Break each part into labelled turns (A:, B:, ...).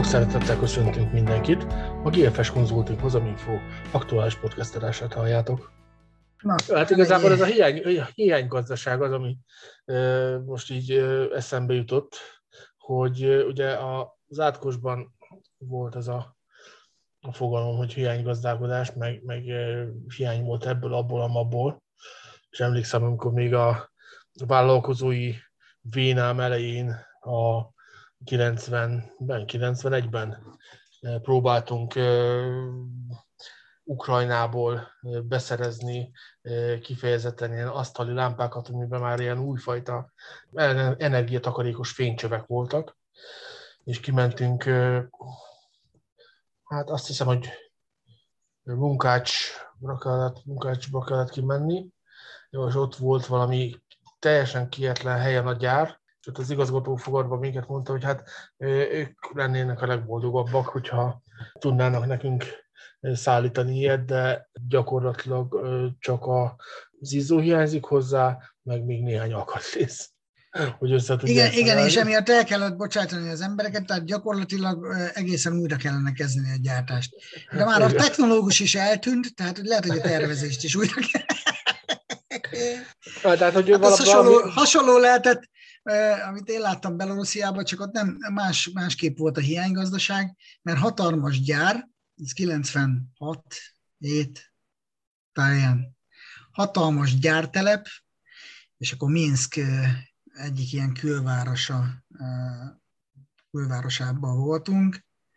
A: Sok szeretettel köszöntünk mindenkit. A GFS Consulting Hozaminfo aktuális podcast adását halljátok. Hát igazából ez a hiánygazdaság az, ami most így eszembe jutott, hogy ugye az átkosban volt az a fogalom, hogy hiánygazdálkodás, meg hiány volt ebből, abból. És emlékszem, amikor még a vállalkozói vénám elején a 91-ben próbáltunk Ukrajnából beszerezni kifejezetten ilyen asztali lámpákat, amiben már ilyen újfajta energiatakarékos fénycsövek voltak, és kimentünk, hát azt hiszem, hogy Munkácsba kellett kimenni, és ott volt valami teljesen kietlen helyen a gyár, és ott az igazgató fogadva minket mondta, hogy hát ők lennének a legboldogabbak, hogyha tudnának nekünk szállítani ilyet, de gyakorlatilag csak az izzó hiányzik hozzá, meg még néhány alkatrész. Hogy
B: igen, és emiatt el kellett bocsátani az embereket, tehát gyakorlatilag egészen újra kellene kezdeni a gyártást. De már a technológus is eltűnt, tehát lehet, hogy a tervezést is újra kell.
A: Tehát, hogy
B: hasonló lehetett, amit én láttam Belorussziában, csak ott nem másképp volt a hiánygazdaság, mert hatalmas gyár, ez 96, 7, talán hatalmas gyártelep, és akkor Minszk egyik ilyen külvárosában voltunk,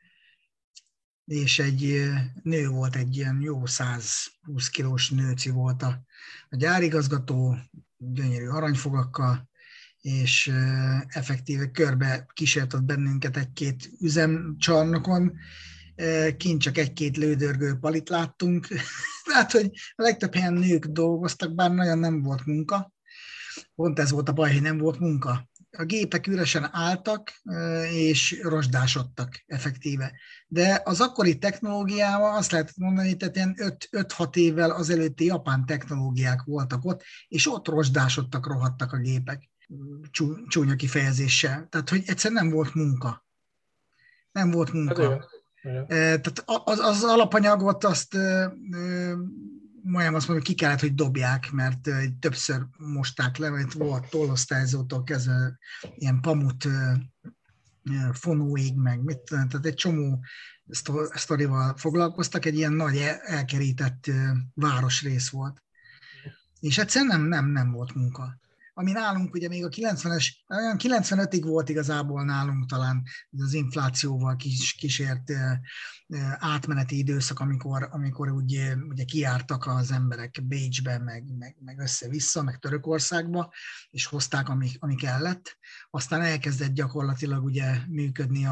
B: és egy nő volt, egy ilyen jó 120 kilós nőci volt a gyárigazgató, gyönyörű aranyfogakkal, és effektíve körbe kísértett bennünket egy-két üzemcsarnokon, kint csak egy-két lődörgő palit láttunk, tehát, hogy a legtöbb helyen nők dolgoztak, bár nagyon nem volt munka. Pont ez volt a baj, hogy nem volt munka. A gépek üresen álltak, és rozsdásodtak effektíve. De az akkori technológiával azt lehet mondani, tehát ilyen 5-6 évvel azelőtti japán technológiák voltak ott, és ott rozsdásodtak, rohadtak a gépek. Csúnya kifejezéssel. Tehát, hogy egyszerűen nem volt munka. Nem volt munka. Tehát az alapanyagot azt majdnem azt mondom, ki kellett, hogy dobják, mert többször mosták le, vagy volt tollosztályzótól kezdve ilyen pamut fonóig, meg mit tudom, tehát egy csomó sztorival foglalkoztak, egy ilyen nagy elkerített városrész volt. És egyszerűen nem volt munka. Ami nálunk ugye még a 95-ig volt igazából nálunk talán az inflációval kísért átmeneti időszak, amikor ugye kijártak az emberek Bécsbe, meg össze-vissza, meg Törökországba, és hozták, ami kellett. Aztán elkezdett gyakorlatilag ugye működni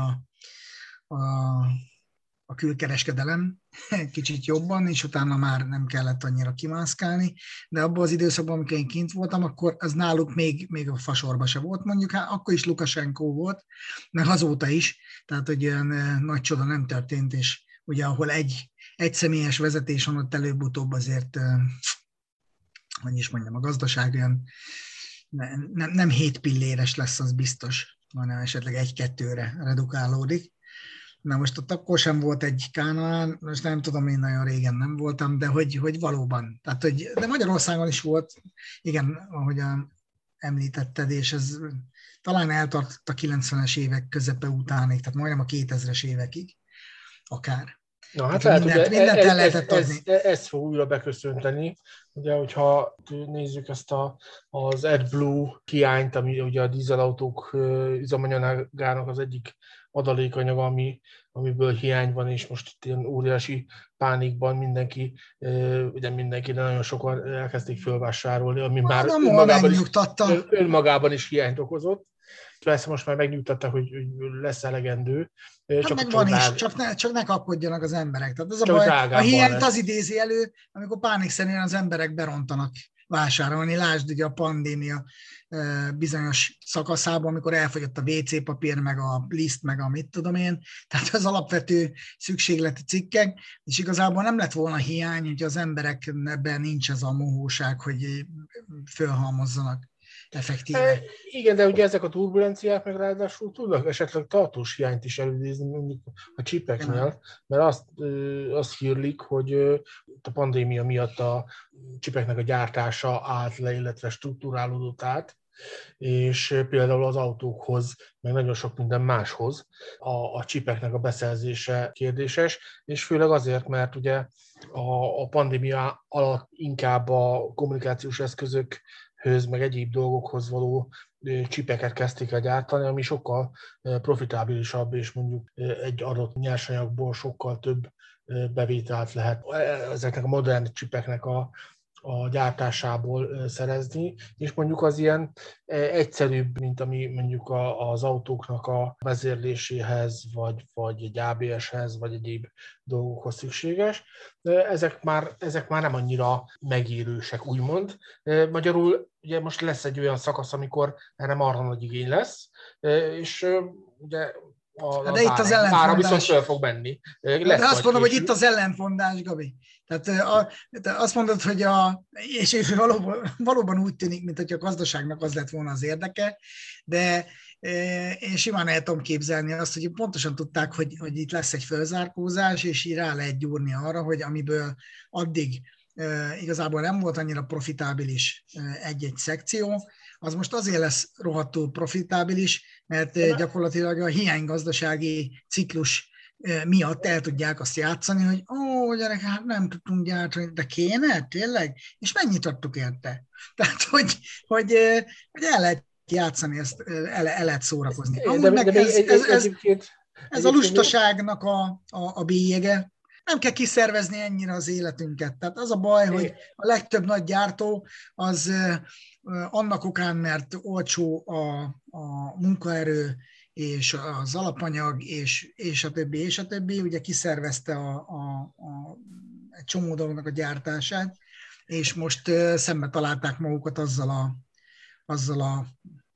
B: a külkereskedelem kicsit jobban, és utána már nem kellett annyira kimászkálni, de abban az időszakban, amikor én kint voltam, akkor az náluk még a fasorba se volt, mondjuk, hát akkor is Lukasenko volt, meg azóta is, tehát hogy olyan nagy csoda nem történt, és ugye ahol egy személyes vezetés van, ott előbb-utóbb azért, hogy is mondjam, a gazdaság olyan nem 7 pilléres lesz, az biztos, hanem esetleg 1-2-re redukálódik. Na most ott akkor sem volt egy Kánaán, most nem tudom, én nagyon régen nem voltam, de hogy valóban. Tehát, de Magyarországon is volt, igen, ahogyan említetted, és ez talán eltartott a 90-es évek közepe utánig, tehát majdnem a 2000-es évekig, akár.
A: Na, hát
B: tehát mindent el lehetett adni.
A: Ez fog újra beköszönteni. Ugye, hogyha nézzük ezt az AdBlue hiányt, ami ugye a dízelautók üzemanyagának az egyik adalékanyaga, amiből hiány van, és most itt ilyen óriási pánikban mindenki, de nagyon sokan elkezdték fölvásárolni, ami már önmagában is hiányt okozott. Persze most már megnyugtatták, hogy lesz elegendő.
B: Hát meg van is, csak ne kapkodjanak az emberek. Tehát az a baj, a hiányt az idézi elő, amikor pánikszerűen az emberek berontanak vásárolni. Lásd ugye a pandémia bizonyos szakaszában, amikor elfogyott a WC papír, meg a liszt, meg a mit tudom én, tehát az alapvető szükségleti cikkek, és igazából nem lett volna hiány, hogy az emberekben nincs ez a mohóság, hogy fölhalmozzanak. effektíve.
A: Igen, de ugye ezek a turbulenciák meg ráadásul tudnak esetleg tartós hiányt is elidézni mondjuk a csipeknél, mert azt hírlik, hogy a pandémia miatt a csipeknek a gyártása állt le, illetve struktúrálódott át, és például az autókhoz, meg nagyon sok minden máshoz a csipeknek a beszerzése kérdéses, és főleg azért, mert ugye a pandémia alatt inkább a kommunikációs eszközökhöz, meg egyéb dolgokhoz való csipeket kezdték el gyártani, ami sokkal profitábilisabb, és mondjuk egy adott nyersanyagból sokkal több bevételt lehet ezeknek a modern csipeknek a gyártásából szerezni, és mondjuk az ilyen egyszerűbb, mint ami mondjuk az autóknak a vezérléséhez, vagy egy ABS-hez, vagy egyéb dolgokhoz szükséges. Ezek már nem annyira megérősek, úgymond. Magyarul ugye most lesz egy olyan szakasz, amikor erre marha nagy igény lesz, és ugye
B: de itt az ellenfondás.
A: Viszont fel fog menni.
B: De azt mondom, hogy itt az ellenfondás, Gabi. Tehát azt mondod, hogy és valóban úgy tűnik, mint hogy a gazdaságnak az lett volna az érdeke, de én simán el tudom képzelni azt, hogy pontosan tudták, hogy itt lesz egy fölzárkózás, és így rá lehet gyúrni arra, hogy amiből addig igazából nem volt annyira profitábilis egy-egy szekció, az most azért lesz rohadtul profitábilis, mert gyakorlatilag a hiánygazdasági ciklus miatt el tudják azt játszani, hogy gyerek, hát nem tudtunk gyártani, de kéne, tényleg? És mennyit adtuk érte? Tehát, hogy el lehet játszani, ezt el lehet szórakozni. Ez a lustaságnak a bélyege. Nem kell kiszervezni ennyire az életünket. Tehát az a baj, hogy a legtöbb nagy gyártó az annak okán, mert olcsó a munkaerő, és az alapanyag, és a többi, ugye kiszervezte egy csomó dolognak a gyártását, és most szembe találták magukat azzal a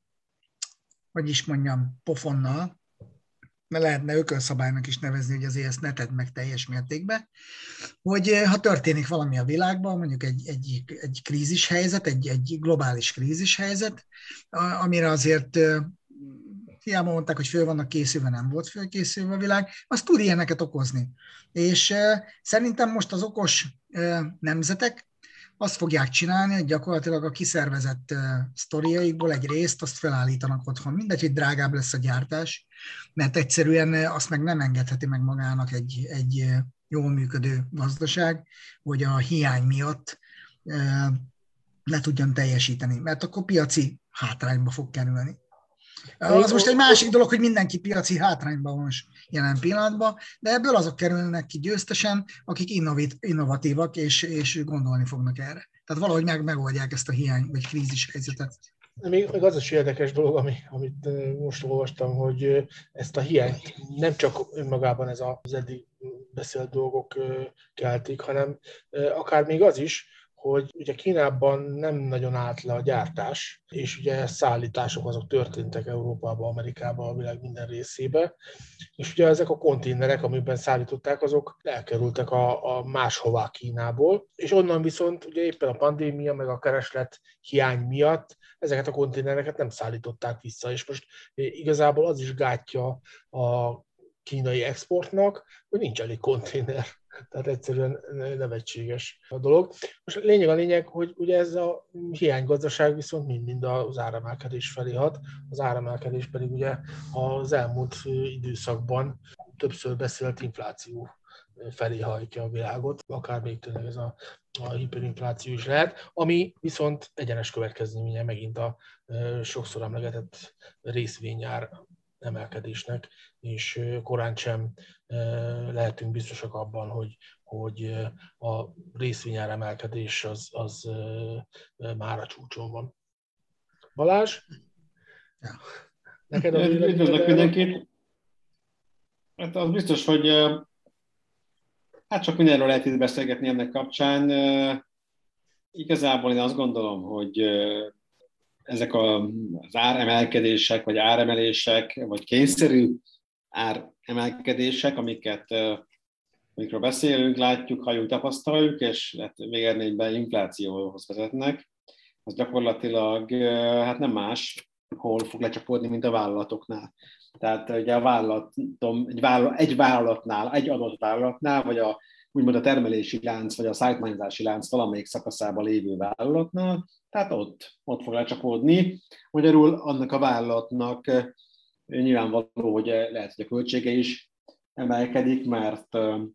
B: hogy is mondjam, pofonnal, mert lehetne ökölszabálynak is nevezni, hogy azért ezt ne tedd meg teljes mértékben, hogy ha történik valami a világban, mondjuk egy krízishelyzet, egy globális krízishelyzet, amire azért hiába mondták, hogy föl vannak készülve, nem volt fölkészülve a világ, az tud ilyeneket okozni. És szerintem most az okos nemzetek azt fogják csinálni, hogy gyakorlatilag a kiszervezett sztoriaikból egy részt azt felállítanak otthon. Mindegy, hogy drágább lesz a gyártás, mert egyszerűen azt meg nem engedheti meg magának egy jól működő gazdaság, hogy a hiány miatt ne tudjon teljesíteni, mert akkor piaci hátrányba fog kerülni. Az most egy másik dolog, hogy mindenki piaci hátrányban van most jelen pillanatban, de ebből azok kerülnek ki győztesen, akik innovatívak és gondolni fognak erre. Tehát valahogy megoldják ezt a hiány vagy krízis helyzetet.
A: Még az is érdekes dolog, amit most olvastam, hogy ezt a hiányt nem csak önmagában ez az eddig beszélt dolgok keltik, hanem akár még az is, hogy ugye Kínában nem nagyon állt le a gyártás, és ugye szállítások azok történtek Európába, Amerikába, a világ minden részébe, és ugye ezek a konténerek, amikben szállították, azok elkerültek a máshová Kínából, és onnan viszont ugye éppen a pandémia meg a kereslet hiány miatt ezeket a konténereket nem szállították vissza, és most igazából az is gátja a kínai exportnak, hogy nincs elég konténer. Tehát egyszerűen nevetséges a dolog. Most a lényeg, hogy ugye ez a hiánygazdaság viszont mind az áremelkedés felé hat. Az áremelkedés pedig ugye az elmúlt időszakban többször beszélt infláció felé hajtja a világot, akár még tényleg ez a hiperinfláció is lehet, ami viszont egyenes következménye megint a sokszor emlegetett részvényár emelkedésnek, és korán sem lehetünk biztosak abban, hogy a részvényár emelkedés az már a csúcson van. Balázs?
B: Ja.
A: Neked a
C: üdvözlök mindenkit. Hát az biztos, hogy hát csak mindenről lehet itt beszélgetni ennek kapcsán. Igazából én azt gondolom, hogy ezek az áremelkedések, vagy áremelések, vagy kényszerű áremelkedések, amikről beszélünk, látjuk, halljuk, tapasztaljuk, és hát végeredményben inflációhoz vezetnek. az gyakorlatilag hát nem más, hol fog lecsapódni, mint a vállalatoknál. Tehát ugye egy vállalatnál, egy adott vállalatnál, vagy úgymond a termelési lánc, vagy a szállítmányozási lánc valamelyik szakaszában lévő vállalatnál, tehát ott fog lecsapódni. Magyarul annak a vállalatnak nyilvánvaló, hogy lehet, hogy a költsége is emelkedik, mert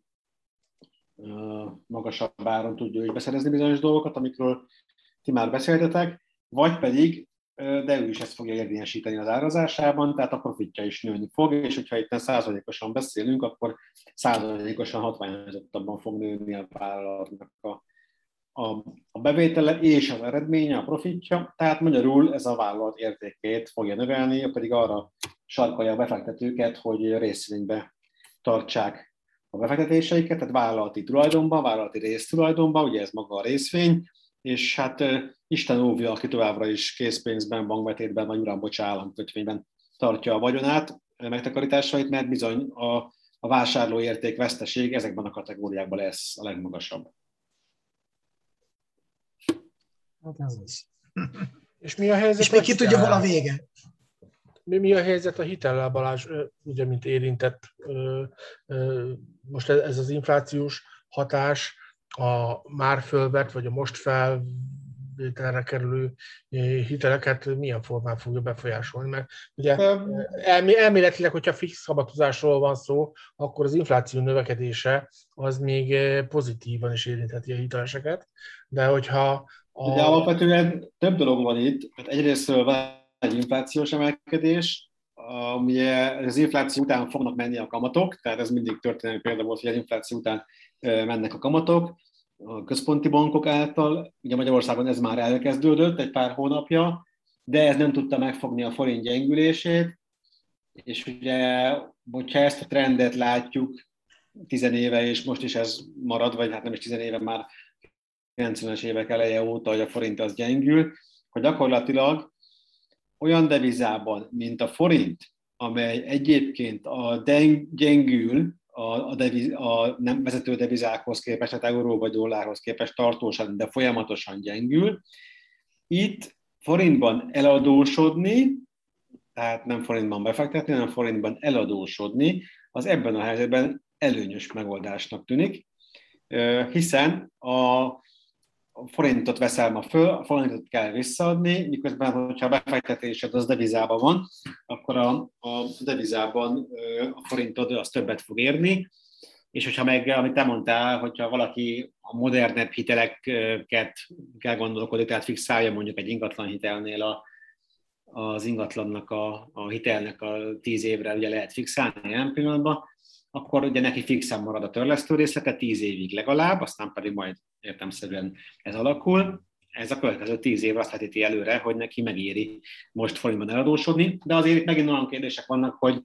C: magasabb áron tudja ő is beszerezni bizonyos dolgokat, amikről ti már beszéltetek, vagy pedig, de ő is ezt fogja érvényesíteni az árazásában, tehát a profitja is nőni fog, és hogyha itt százalékosan beszélünk, akkor százalékosan hatványozottabban fog nőni a vállalatnak a bevétele és az eredménye, a profitja, tehát magyarul ez a vállalat értékét fogja növelni, pedig arra sarkalja a befektetőket, hogy részvénybe tartsák a befektetéseiket, tehát vállalati tulajdonban, vállalati résztulajdonban, ugye ez maga a részvény, és hát Isten óvja, aki továbbra is készpénzben, bankbetétben, vagy uralbocsá államkötvényben tartja a vagyonát, megtakarításait, mert bizony a vásárlóérték veszteség ezekben a kategóriákban lesz a legmagasabb.
B: Hát ez az.
A: És mi a helyzet?
B: És még ki tudja, hol a vége?
A: Mi a helyzet a hitellel, Balázs, ugye, mint érintett, most ez az inflációs hatás a már fölvett, vagy a most felvételre kerülő hiteleket milyen formán fogja befolyásolni? Mert ugye elméletileg, hogyha fix kamatozásról van szó, akkor az infláció növekedése az még pozitívan is érintheti a hiteleseket, de hogyha
C: Ugye alapvetően több dolog van itt, mert egyrésztről van egy inflációs emelkedés, ugye az infláció után fognak menni a kamatok, tehát ez mindig történelmi példa volt, hogy az infláció után mennek a kamatok a központi bankok által. Ugye Magyarországon ez már elkezdődött egy pár hónapja, de ez nem tudta megfogni a forint gyengülését, és ugye, hogyha ezt a trendet látjuk 10 éve, és most is ez marad, vagy hát nem is 10 éve, már 90-es évek eleje óta, hogy a forint az gyengül, hogy gyakorlatilag olyan devizában, mint a forint, amely egyébként gyengül a nem vezető devizákhoz képest, tehát euró vagy dollárhoz képest tartósan, de folyamatosan gyengül. Itt forintban eladósodni, tehát nem forintban befektetni, hanem forintban eladósodni, az ebben a helyzetben előnyös megoldásnak tűnik, hiszen a forintot veszel ma föl, a forintot kell visszaadni, miközben, hogyha a befektetésed az devizában van, akkor a devizában a forintod az többet fog érni, és hogyha meg, amit te mondtál, hogyha valaki a modernebb hiteleket kell gondolkodni, tehát fixálja mondjuk egy ingatlan hitelnél az ingatlannak a hitelnek a 10 évre ugye lehet fixálni ilyen pillanatban, akkor ugye neki fixen marad a törlesztő részlete 10 évig legalább, aztán pedig majd értelemszerűen ez alakul. Ez a következő 10 év azt vetíti előre, hogy neki megéri most forintban eladósodni, de azért itt megint olyan kérdések vannak, hogy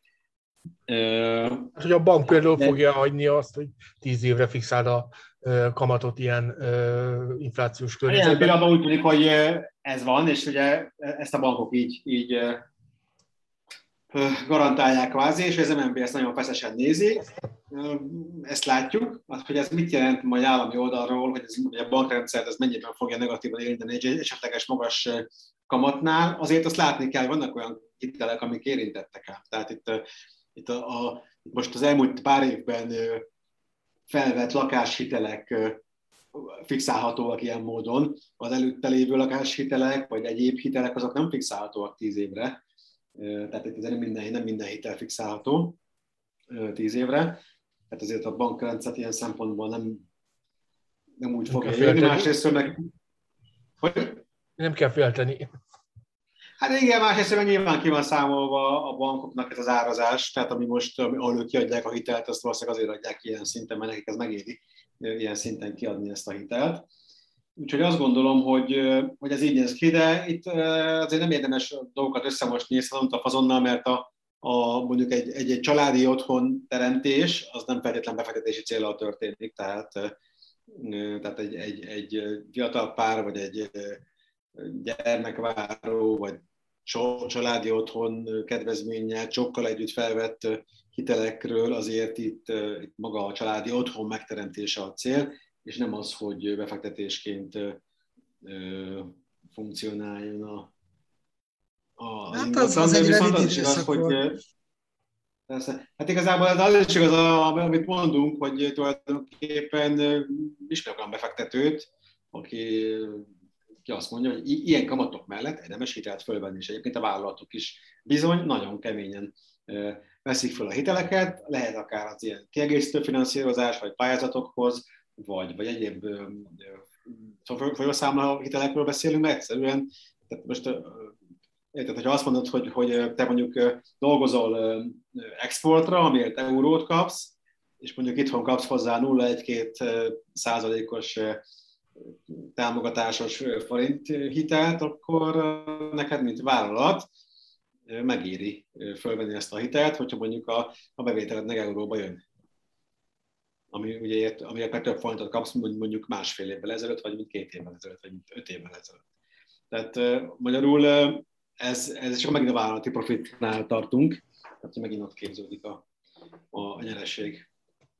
A: hogy a bank például fogja hagyni azt, hogy 10 évre fixáld a kamatot ilyen inflációs környezetben.
C: Ilyen pillanatban úgy tűnik, hogy ez van, és ugye ezt a bankok így garantálják kvázi, és az MNB ezt nagyon feszesen nézi. Ezt látjuk, hogy ez mit jelent majd állami oldalról, hogy a bankrendszert ez mennyiben fogja negatívan érinteni egy esetleges magas kamatnál. Azért azt látni kell, hogy vannak olyan hitelek, amik érintettek el. Tehát itt most az elmúlt pár évben felvett lakáshitelek fixálhatóak ilyen módon. Az előtte lévő lakáshitelek, vagy egyéb hitelek, azok nem fixálhatóak 10 évre. Tehát itt nem minden hitel fixálható 10 évre. Tehát azért a bankrendszer ilyen szempontból nem úgy fogja érni. Másrészt meg... Hogy?
A: Nem kell félteni.
C: Hát igen, másrészt meg nyilván ki van számolva a bankoknak ez az árazás, tehát ami most, ahol ők kiadják a hitelt, azt valószínűleg azért adják ilyen szinten, mert nekik ez megéri ilyen szinten kiadni ezt a hitelt. Úgyhogy azt gondolom, hogy ez így néz ki, de itt azért nem érdemes dolgokat összemosni a fazonnal, mert mondjuk egy családi otthon teremtés, az nem feltétlen befektetési céllal történik, tehát egy fiatal pár, vagy egy gyermekváró, vagy családi otthon kedvezménnyel, sokkal együtt felvett hitelekről azért itt maga a családi otthon megteremtése a cél, és nem az, hogy befektetésként funkcionáljon az
B: Hát
C: ingatlan,
B: az
C: de
B: egy
C: viszont
B: rövid
C: az is igaz,
B: időszak
C: hogy
B: volt.
C: persze, hát igazából az is igaz, amit mondunk, hogy tulajdonképpen ismerek olyan befektetőt, aki azt mondja, hogy ilyen kamatok mellett érdemes hitelt fölvenni, és egyébként a vállalatok is bizony nagyon keményen veszik föl a hiteleket, lehet akár az ilyen kiegészítő finanszírozás, vagy pályázatokhoz, vagy egyéb folyószámla hitelekről beszélünk, mert egyszerűen, tehát most érted, hogyha azt mondod, hogy te mondjuk dolgozol exportra, amiért eurót kapsz, és mondjuk itthon kapsz hozzá 0,1-2% támogatásos forint hitelt, akkor neked, mint vállalat, megéri fölvenni ezt a hitelt, hogyha mondjuk a bevételed meg euróba jön. Amiért meg több forintot kapsz, mondjuk másfél évvel ezelőtt, vagy mint 2 évvel ezelőtt, vagy mint 5 évvel ezelőtt. Tehát magyarul ez csak megint a vállalati profitnál tartunk, tehát megint ott képződik a nyeresség.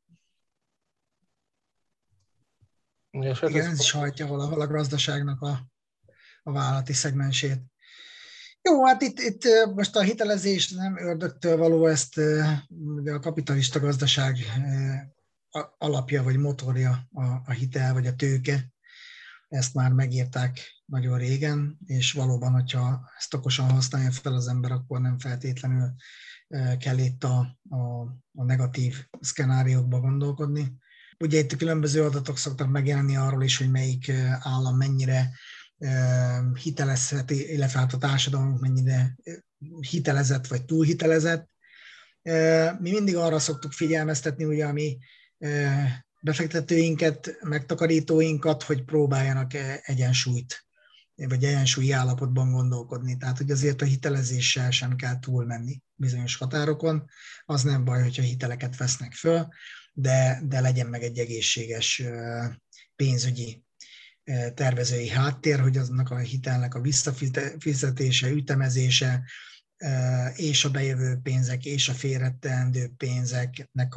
B: Igen, ez is hajtja valahol a gazdaságnak a vállalati szegmensét. Jó, hát itt most a hitelezés nem ördögtől való, ezt a kapitalista gazdaság alapja vagy motorja a hitel vagy a tőke. Ezt már megírták nagyon régen, és valóban, hogyha ezt okosan használja fel az ember, akkor nem feltétlenül kell itt a negatív szkenáriókba gondolkodni. Ugye itt különböző adatok szoktak megjelenni arról is, hogy melyik állam mennyire hitelezheti, illetve hát a társadalom mennyire hitelezett vagy túlhitelezett. Mi mindig arra szoktuk figyelmeztetni, ugye, ami befektetőinket, megtakarítóinkat, hogy próbáljanak egyensúlyt, vagy egyensúlyi állapotban gondolkodni. Tehát, hogy azért a hitelezéssel sem kell túlmenni bizonyos határokon. Az nem baj, hogyha hiteleket vesznek föl, de legyen meg egy egészséges pénzügyi tervezői háttér, hogy aznak a hitelnek a visszafizetése, ütemezése, és a bejövő pénzek, és a félreteendő pénzeknek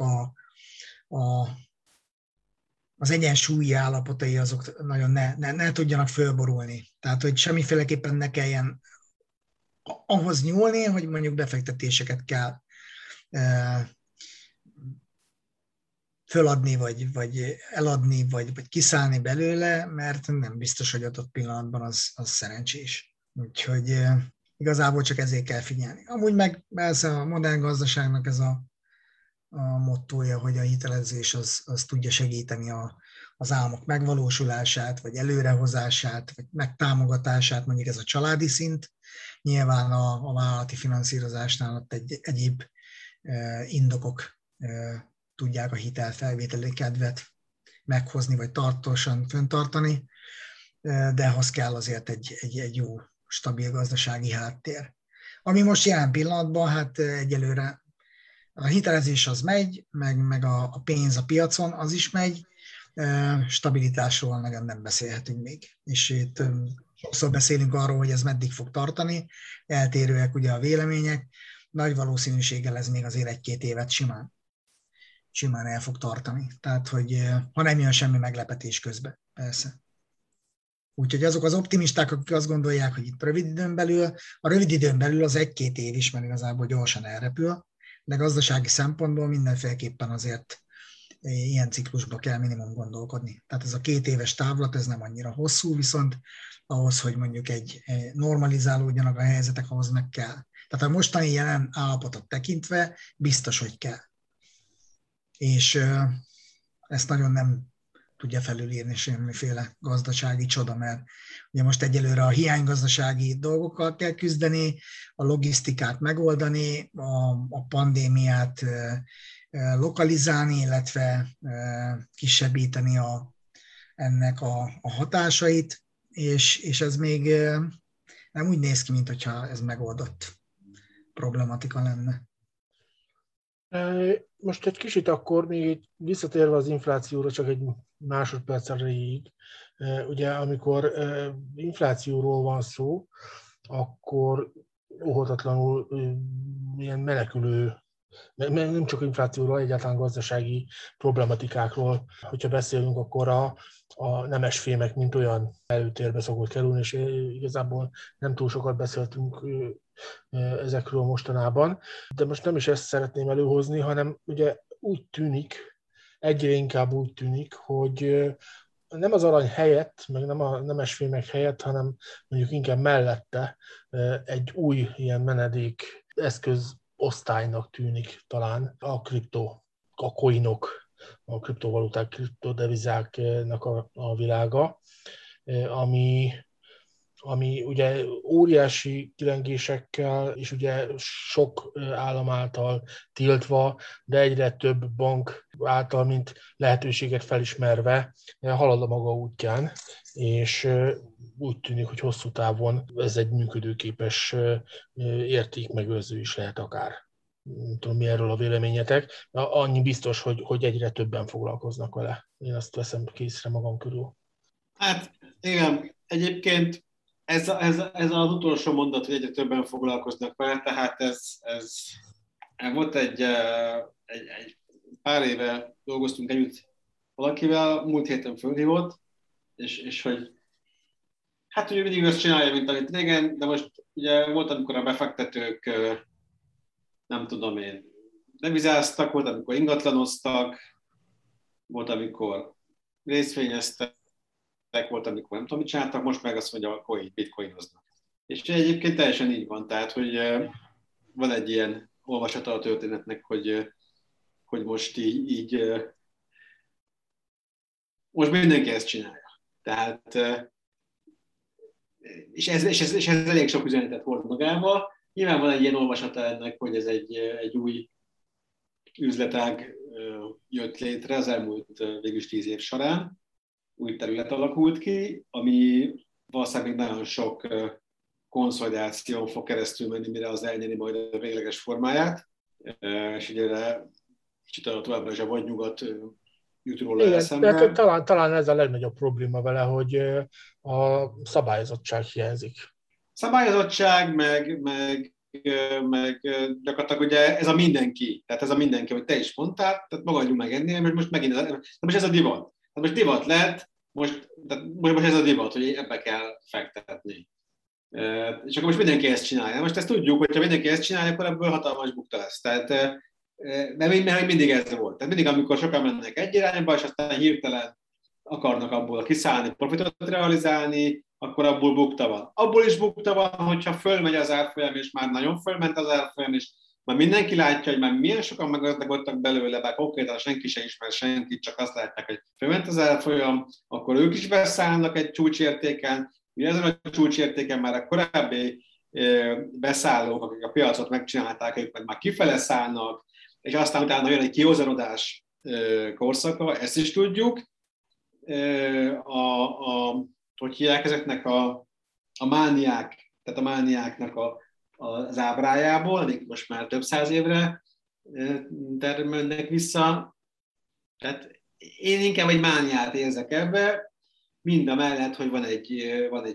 B: az egyensúlyi állapotai azok nagyon ne tudjanak fölborulni. Tehát, hogy semmiféleképpen ne kelljen ahhoz nyúlni, hogy mondjuk befektetéseket kell föladni, vagy eladni, vagy kiszállni belőle, mert nem biztos, hogy adott pillanatban az szerencsés. Úgyhogy igazából csak ezért kell figyelni. Amúgy meg ez a modern gazdaságnak ez a mottója, hogy a hitelezés az tudja segíteni az álmok megvalósulását, vagy előrehozását, vagy megtámogatását, mondjuk ez a családi szint. Nyilván a vállalati finanszírozásnál ott egyéb indokok tudják a hitelfelvételi kedvet meghozni, vagy tartósan fenntartani, de ahhoz kell azért egy jó, stabil gazdasági háttér. Ami most jelen pillanatban, hát egyelőre a hitelezés az megy, meg a pénz a piacon az is megy, stabilitásról nem beszélhetünk még. És itt sokszor beszélünk arról, hogy ez meddig fog tartani, eltérőek ugye a vélemények, nagy valószínűséggel ez még azért 1-2 évet simán el fog tartani. Tehát, hogy ha nem jön semmi meglepetés közben, persze. Úgyhogy azok az optimisták, akik azt gondolják, hogy itt rövid időn belül az 1-2 év is, mert igazából gyorsan elrepül, de gazdasági szempontból mindenféleképpen azért ilyen ciklusba kell minimum gondolkodni. Tehát ez a 2 éves távlat, ez nem annyira hosszú, viszont ahhoz, hogy mondjuk egy normalizálódjanak a helyzetek, ahhoz meg kell. Tehát a mostani jelen állapotot tekintve biztos, hogy kell. És ezt nagyon nem tudja felülírni semmiféle gazdasági csoda, mert ugye most egyelőre a hiánygazdasági dolgokkal kell küzdeni, a logisztikát megoldani, a pandémiát lokalizálni, illetve kisebbíteni ennek a hatásait, és ez még nem úgy néz ki, mintha ez megoldott problematika lenne.
A: Most egy kicsit akkor még visszatérve az inflációra, csak egy másodperc erejéig. Ugye amikor inflációról van szó, akkor óhatatlanul ilyen menekülő Nem csak inflációról, egyáltalán gazdasági problematikákról. Hogyha beszélünk, akkor a nemesfémek mint olyan előtérbe szokott kerülni, és igazából nem túl sokat beszéltünk ezekről mostanában. De most nem is ezt szeretném előhozni, hanem ugye úgy tűnik, egyre inkább úgy tűnik, hogy nem az arany helyett, meg nem a nemesfémek helyett, hanem mondjuk inkább mellette egy új ilyen menedék eszközosztálynak tűnik talán a coinok, a kriptovaluták, kriptodevizáknak a világa, ami ugye óriási kilengésekkel, és ugye sok állam által tiltva, de egyre több bank által, mint lehetőséget felismerve halad a maga útján, és úgy tűnik, hogy hosszú távon ez egy működőképes értékmegőrző is lehet akár. Nem tudom, mi erről a véleményetek. Annyi biztos, hogy egyre többen foglalkoznak vele. Én azt veszem készre magam körül.
C: Hát igen, egyébként ez az utolsó mondat, hogy egyre többen foglalkoznak vele, tehát ez volt egy pár éve dolgoztunk együtt valakivel, múlt héten fölhívott, és hogy hát ugye mindig azt csinálja, mint amit régen, de most ugye volt, amikor a befektetők, nem tudom én, devizáztak, volt, amikor ingatlanoztak, volt, amikor részvényeztek, volt, amikor nem tudom, mit csináltak, most meg azt mondja, hogy bitcoinoznak. És egyébként teljesen így van, tehát, hogy van egy ilyen olvasata a történetnek, hogy most így most mindenki ezt csinálja. Tehát, és ez elég sok üzenetet hord magába. Nyilván van egy ilyen olvasata ennek, hogy ez egy új üzletág jött létre az elmúlt végülis 10 év során. Új terület alakult ki, ami valószínűleg nagyon sok konszolidáción fog keresztül menni, mire az elnyeri majd a végleges formáját. És ugye kicsit továbbra is a vagy-nyugat jut róla eszembe.
A: Talán ez a legnagyobb probléma vele, hogy a szabályozottság hiányzik.
C: Szabályozottság, meg gyakorlatilag ugye ez a mindenki, tehát ez a mindenki, hogy te is mondtál, tehát magadjunk meg ennél, mert most megint most ez a divat. Hát most divat lett, most ez a divat, hogy ebbe kell fektetni. És akkor most mindenki ezt csinálja. Most ezt tudjuk, hogyha mindenki ezt csinálja, akkor ebből hatalmas bukta lesz. Tehát, mert mindig ez volt. Tehát mindig, amikor sokan mennek egy irányba, és aztán hirtelen akarnak abból kiszállni, profitot realizálni, akkor abból bukta van. Abból is bukta van, hogyha fölmegy az árfolyam, és már nagyon fölment az árfolyam, és már mindenki látja, hogy már milyen sokan meggazdagodtak belőle, bár konkrétan senki se ismer senkit, csak azt látják, hogy fölment az árfolyam, akkor ők is beszállnak egy csúcsértéken, ugye ezen a csúcsértéken már a korábbi beszállók, akik a piacot megcsinálták, ők meg már kifele szállnak, és aztán utána jön egy kihozarodás korszaka, ezt is tudjuk. Hogy hívják ezeknek a mániák, tehát a mániáknak az ábrájából, amik most már több száz évre termelnek vissza. Tehát én inkább egy mániát érzek ebbe, mind a mellett, hogy van egy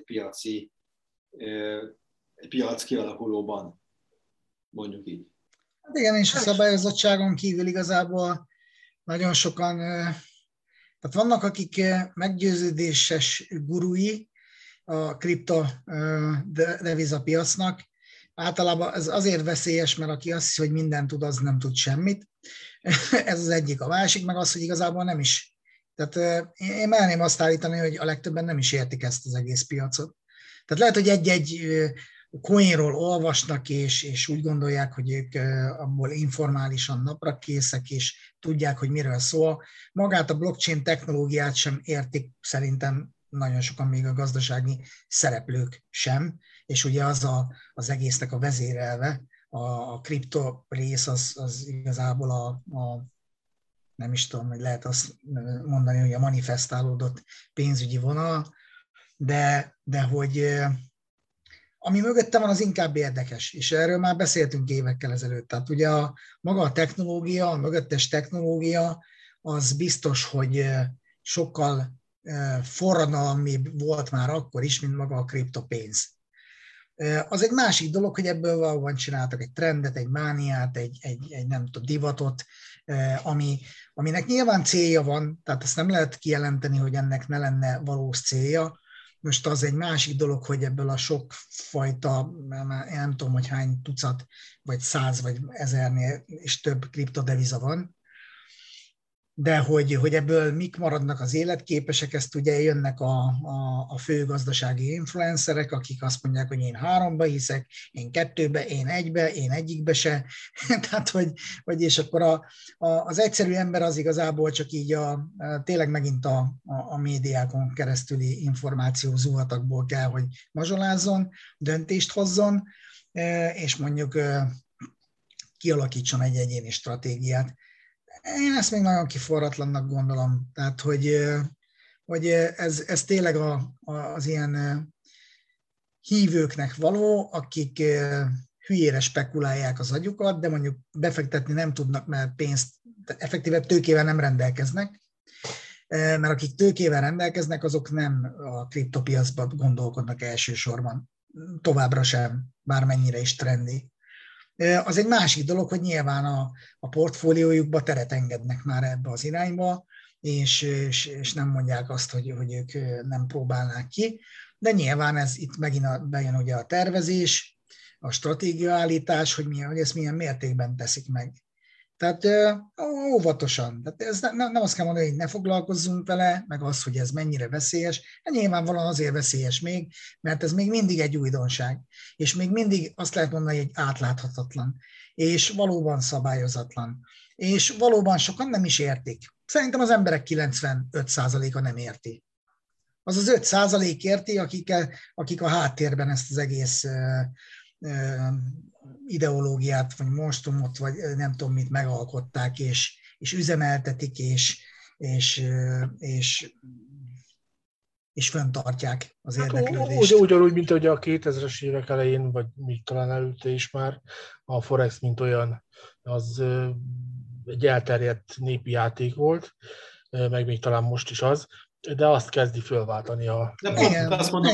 C: piac kialakulóban, mondjuk így.
B: Hát igen, és a szabályozottságon kívül igazából nagyon sokan, tehát vannak, akik meggyőződéses gurui a kriptodevizapiacnak. Általában ez azért veszélyes, mert aki azt hiszi, hogy mindent tud, az nem tud semmit. Ez az egyik. A másik meg az, hogy igazából nem is. Tehát én merném azt állítani, hogy a legtöbben nem is értik ezt az egész piacot. Tehát lehet, hogy egy-egy coinról olvasnak, és úgy gondolják, hogy ők abból informálisan napra készek, és tudják, hogy miről szól. Magát a blockchain technológiát sem értik szerintem nagyon sokan, még a gazdasági szereplők sem, és ugye az egésznek a vezérelve, a kripto rész az igazából nem is tudom, hogy lehet azt mondani, hogy a manifestálódott pénzügyi vonal, de hogy ami mögötte van, az inkább érdekes, és erről már beszéltünk évekkel ezelőtt. Tehát ugye maga a technológia, a mögöttes technológia, az biztos, hogy sokkal forradalmibb volt már akkor is, mint maga a kriptopénz. Az egy másik dolog, hogy ebből valóban csináltak egy trendet, egy mániát, egy nem tudom, divatot, aminek nyilván célja van, tehát ezt nem lehet kijelenteni, hogy ennek ne lenne valós célja. Most az egy másik dolog, hogy ebből a sokfajta, én nem tudom, hogy hány tucat, vagy 100, vagy 1000-nél és több kriptodeviza van, de hogy ebből mik maradnak az életképesek, ezt ugye jönnek a fő gazdasági influencerek, akik azt mondják, hogy én 3-ba hiszek, én 2-be, én 1-be, én egyikbe se. Tehát, hogy és akkor az egyszerű ember az igazából csak így tényleg megint a médiákon keresztüli információ zuhatakból kell, hogy mazsolázzon, döntést hozzon, és mondjuk kialakítson egy egyéni stratégiát. Én ezt még nagyon kiforratlannak gondolom. Tehát, hogy ez tényleg az ilyen hívőknek való, akik hülyére spekulálják az agyukat, de mondjuk befektetni nem tudnak, mert pénzt, effektíve tőkével nem rendelkeznek, mert akik tőkével rendelkeznek, azok nem a kriptopiacban gondolkodnak elsősorban. Továbbra sem, bármennyire is trendi. Az egy másik dolog, hogy nyilván a portfóliójukba teret engednek már ebbe az irányba, és nem mondják azt, hogy ők nem próbálnák ki, de nyilván ez itt megint bejön ugye a tervezés, a stratégiaállítás, hogy ezt milyen mértékben teszik meg. Tehát óvatosan. Tehát ez nem azt kell mondani, hogy ne foglalkozzunk vele, meg az, hogy ez mennyire veszélyes. Nyilvánvalóan azért veszélyes még, mert ez még mindig egy újdonság. És még mindig azt lehet mondani, hogy átláthatatlan. És valóban szabályozatlan. És valóban sokan nem is értik. Szerintem az emberek 95%-a nem érti. Az az 5% érti, akik a háttérben ezt az egész ideológiát, vagy monstrumot, vagy nem tudom mit megalkották, és üzemeltetik, és fenntartják az érdeklődést.
A: Ugyanúgy, mint hogy a 2000-es évek elején, vagy még talán előtte is már, a Forex, mint olyan, az egy elterjedt népi játék volt, meg még talán most is az, de azt kezdi fölváltani a...
C: De pont azt mondom,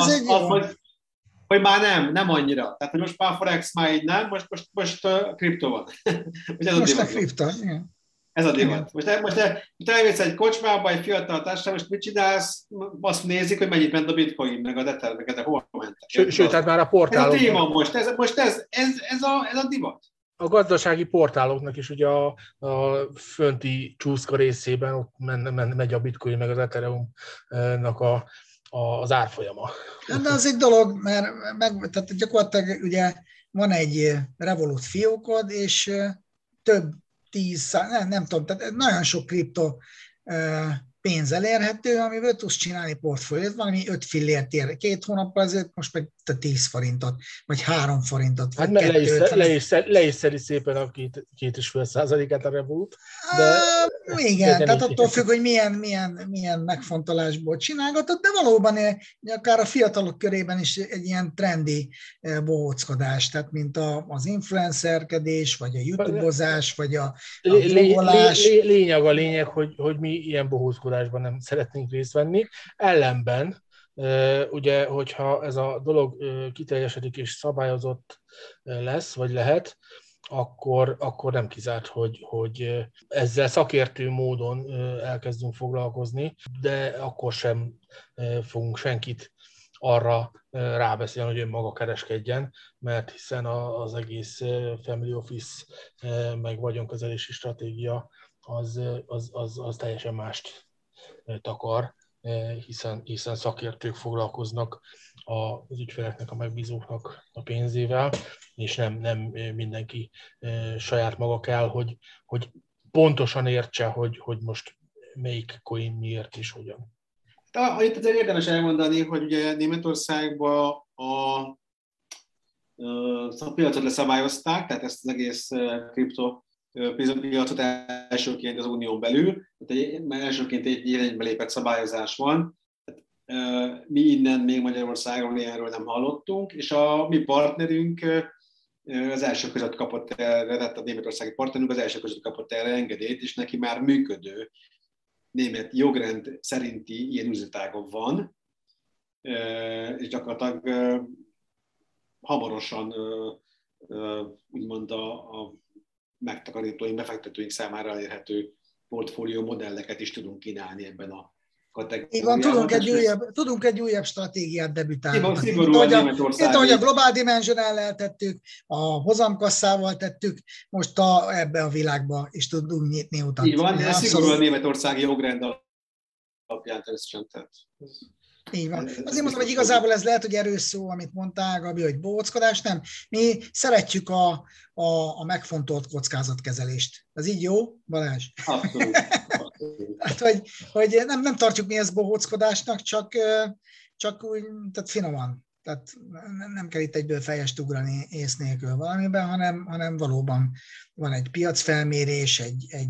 C: hogy már nem annyira. Tehát most már Forex már így nem, most kripto van.
B: Most a kripto, igen.
C: Ez a divat. Most elmész egy kocsmába, egy fiatal társaság, most mit csinálsz? Azt nézik, hogy mennyit ment a bitcoin, meg a Ether, meg de hol ment.
A: Sőt, tehát már a portálok...
C: Ez a téma most, ez a divat.
A: A gazdasági portáloknak is ugye a fönti csúszka részében ott megy a bitcoin, meg az Ethereum-nak az árfolyama.
B: De az egy dolog, mert tehát gyakorlatilag ugye van egy Revolut fiókod, és több 10, nem tudom, tehát nagyon sok kripto pénz elérhető, amiből tudsz csinálni portfóliót, valami 5 fillért ér 2 hónappal ezelőtt, most meg 10 forintot, vagy 3 forintot, vagy
A: hát le is szedi szépen a 2,5%-át a Revolut.
B: Igen, tehát attól függ, hogy milyen megfontolásból csinálgatod, de valóban akár a fiatalok körében is egy ilyen trendi bohóckodás, tehát mint az influencerkedés, vagy a YouTube-ozás, vagy a vlogolás.
A: Lényeg, hogy mi ilyen bohóckodásban nem szeretnénk részt venni. Ellenben, ugye, hogyha ez a dolog kiteljesedik és szabályozott lesz, vagy lehet, akkor nem kizárt, hogy ezzel szakértő módon elkezdünk foglalkozni, de akkor sem fogunk senkit arra rábeszélni, hogy önmaga kereskedjen, mert hiszen az egész family office meg vagyonkezelési stratégia az teljesen mást takar, hiszen szakértők foglalkoznak az ügyfeleknek, a megbízóknak a pénzével, és nem mindenki saját maga kell, hogy pontosan értse, hogy most melyik coin miért és hogyan.
C: Itt azért érdemes elmondani, hogy ugye Németországban a piacot leszabályozták, tehát ezt az egész kripto piacot elsőként az unión belül, mert elsőként egy életbe lépett szabályozás van. Mi innen még Magyarországon erről nem hallottunk, és a mi partnerünk az első között kapott erre, tehát a németországi partnerünk az első között kapott erre engedélyt, és neki már működő német jogrend szerinti ilyen üzletága van, és gyakorlatilag hamarosan úgymond a megtakarítóink, befektetőink számára elérhető portfólió modelleket is tudunk kínálni ebben a kategóriában.
B: Tudunk egy újabb stratégiát debütálni.
C: Szigorúan
B: Németország. Ahogy a Global Dimensional-lel tettük, a hozamkasszával tettük, most ebbe a világba is tudunk nyitni utat.
C: Így van, de szigorúan németországi jogrend alapján természetesen.
B: Így van. Azért mondom, hogy igazából ez lehet, hogy erős szó, amit mondtál, Gabi, hogy bohóckodás, nem. Mi szeretjük a megfontolt kockázatkezelést. Ez így jó, Balázs?
C: Abszolút.
B: Hát, hogy nem tartjuk mi ezt bohóckodásnak, csak úgy, tehát finoman. Tehát nem kell itt egyből fejest ugrani ész nélkül valamiben, hanem valóban van egy piacfelmérés,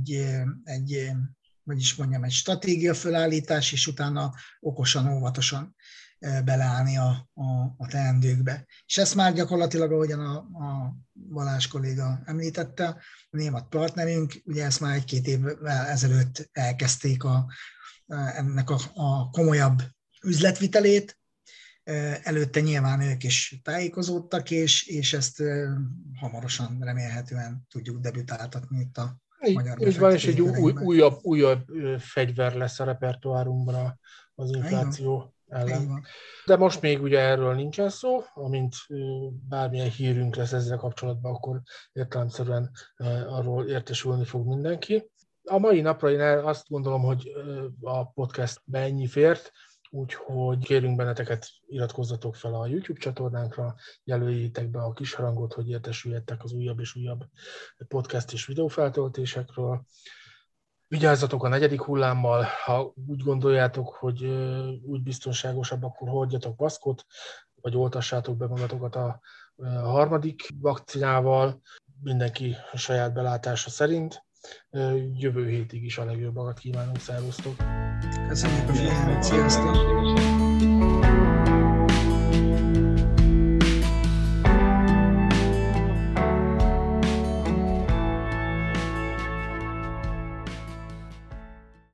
B: egy egy stratégia fölállítás, és utána okosan, óvatosan beleállni a teendőkbe. És ezt már gyakorlatilag, ahogyan a Balázs kolléga említette, a német partnerünk, ugye ezt már 1-2 évvel ezelőtt elkezdték ennek a komolyabb üzletvitelét. Előtte nyilván ők is tájékozódtak, és ezt hamarosan remélhetően tudjuk debütáltatni itt a magyar
A: így van, és egy újabb fegyver lesz a repertoárunkban az infláció ellen. De most még ugye erről nincsen szó, amint bármilyen hírünk lesz ezzel kapcsolatban, akkor értelemszerűen arról értesülni fog mindenki. A mai napra én azt gondolom, hogy a podcastbe ennyi fért, úgyhogy kérünk benneteket, iratkozzatok fel a YouTube csatornánkra, jelöljétek be a kis harangot, hogy értesüljetek az újabb és újabb podcast és videófeltöltésekről. Vigyázzatok a 4. hullámmal, ha úgy gondoljátok, hogy úgy biztonságosabb, akkor hordjatok maszkot, vagy oltassátok be magatokat a 3. vakcinával, mindenki a saját belátása szerint. Jövő hétig is a legjobbakat kívánunk, szervusztok!
B: Köszönjük a figyelmet, sziasztok!